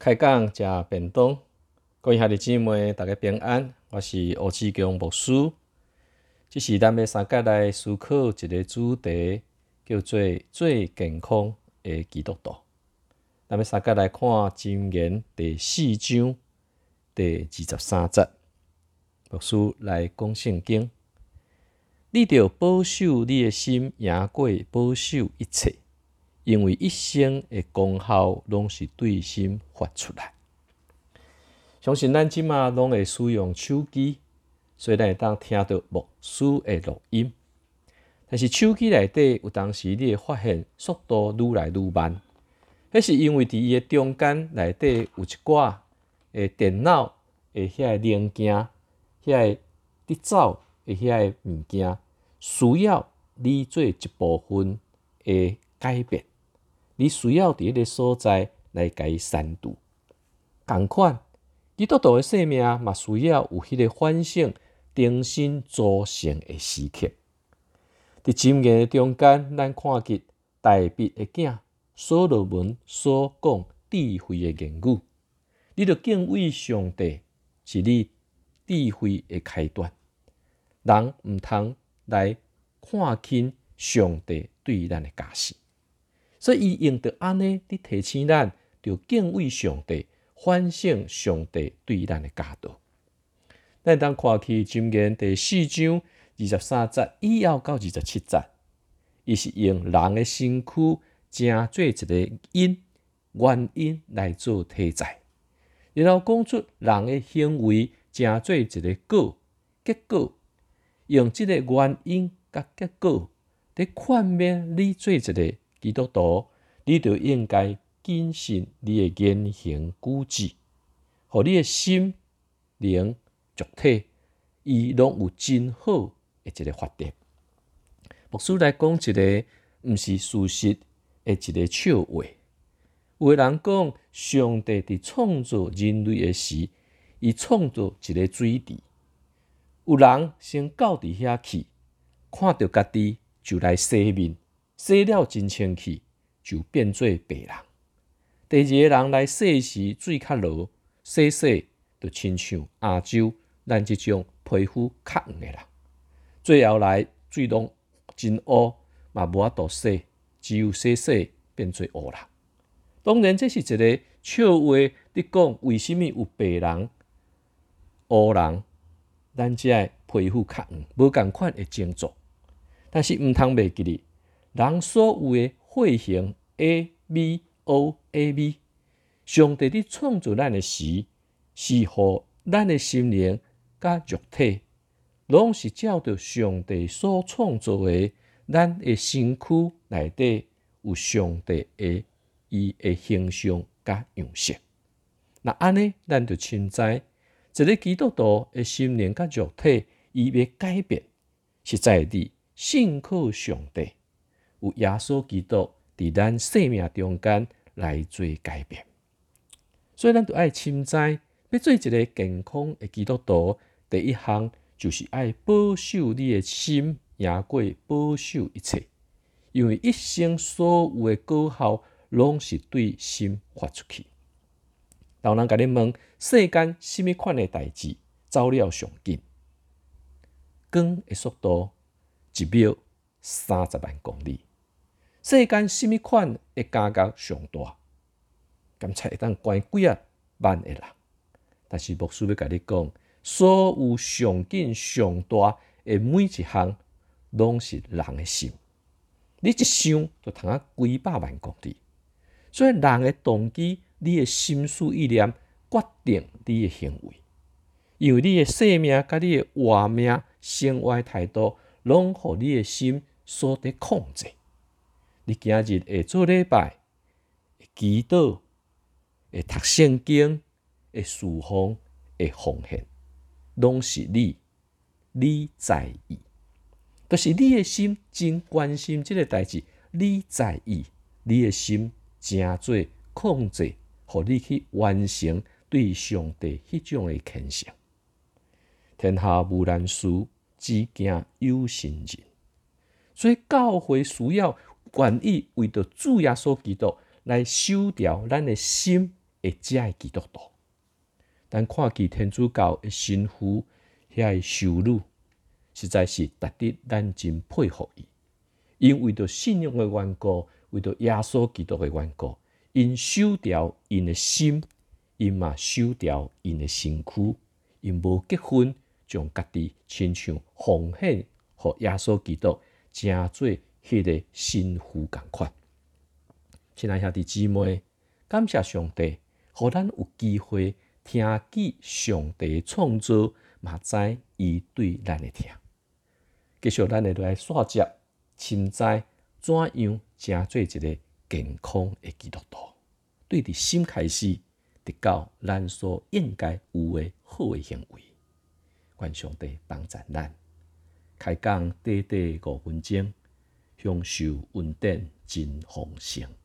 开讲食便当，各位兄弟姊妹，大家平安。我是吴志强牧师。这是咱要三角来思考一个主题，叫做最健康的基督徒。咱要三角来看箴言第4章第23节。牧师来讲圣经，你着保守你的心，赢过保守一切。因为一生的功效拢是对心发出来。相信咱即马拢会使用手机，所以咱会当听到牧师的录音。但是手机内底有当时你会发现速度愈来愈慢，迄是因为伫伊的中间内底有一寡的电脑的遐个零件、遐个直走的遐个物件，需要你做一部分的改变。你需要伫迄个所在来甲伊删除。同款，基督徒的生命嘛需要有迄个反省、重新组成的时刻。伫箴言的中间，咱看见大卫的囝所罗门所讲智慧的言语。你着敬畏上帝，是你智慧的开端。人毋通来看轻上帝对咱的嘉许。所以，伊用着安尼，伫提醒咱，着敬畏上帝，反省上帝对咱的教导。咱当看去箴言第4章23节以后到27节，伊是用人的身躯正做一个原因来做题材，然后讲出人的行为正做一个果结果，用这个原因甲结果，伫劝勉你做一个基督徒，你就应该谨慎你的言行举止，互你的心灵肉体，伊拢有真好的一个发展。牧师来讲一个毋是事实的一个笑话。有的人讲，上帝伫创造人类的时，伊创造一个水池，有人先到伫遐去，看到家己就来洗面。洗了真清气，就变做白人。第二个人来洗时，水较落，洗就亲像亚洲咱这种皮肤较黄的人。最后来水拢真乌，嘛无法度洗，只有洗变做乌人。当然，这是一个笑话。你讲为什么有白人、乌人，咱这的皮肤较黄，无同款的症状？但是毋通袂记哩。人所有的血型 A、B、O、AB， 上帝伫创造咱的时，是互咱的心灵甲肉体，拢是照着上帝所创造的，咱的身躯内底有上帝的伊的形象甲样式。那安尼，咱就清知，一个基督徒的心灵甲肉体，伊要改变，是在伫信靠上帝。有耶稣基督伫咱生命中间来做改变，所以咱就爱深知，要做一个健康的基督徒，第一项就是爱保守你的心，赢过保守一切。因为一生所有的果效，拢是对心发出去。有人甲你问，世间什么款的代志走了上紧？光的速度1秒30万公里。世间什么款的感觉上大？甘才会当关几啊万的人。但是牧师要甲你讲，所有上紧上大的每一项，拢是人的心。你一想就通几百万公里。所以人的动机，你的心思意念决定你的行为。因为你的生命甲你的活命、生活的态度，拢互你的心所伫控制。你今日会做礼拜，会祈祷，会读圣经，会侍奉，会奉献，拢是你在意，就是你的心真关心这个代志，你在意，你的心正做控制，互你去完成对上帝迄种的虔诚。天下无难事，只惊有心人。所以教会需要愿意为着主耶稣基督来修调咱的心， 会食的基督徒。但看见天主教的神父遐的修女，实在是值得咱真佩服伊。因为着信仰的缘故，为着耶稣基督的缘故，因守调因的心，因嘛守调因的身躯，因无结婚，将家己亲像奉献予耶稣基督，诚做迄个新妇共款。亲爱兄弟姊妹，感谢上帝，互咱有机会听见上帝的创造，嘛知伊对咱的听。继续，咱会来线接，深知怎样诚做一个健康的基督徒，对伫心开始，得到咱所应该有的好的行为。愿上帝帮助咱，开讲短短5分钟，享受运转真丰盛。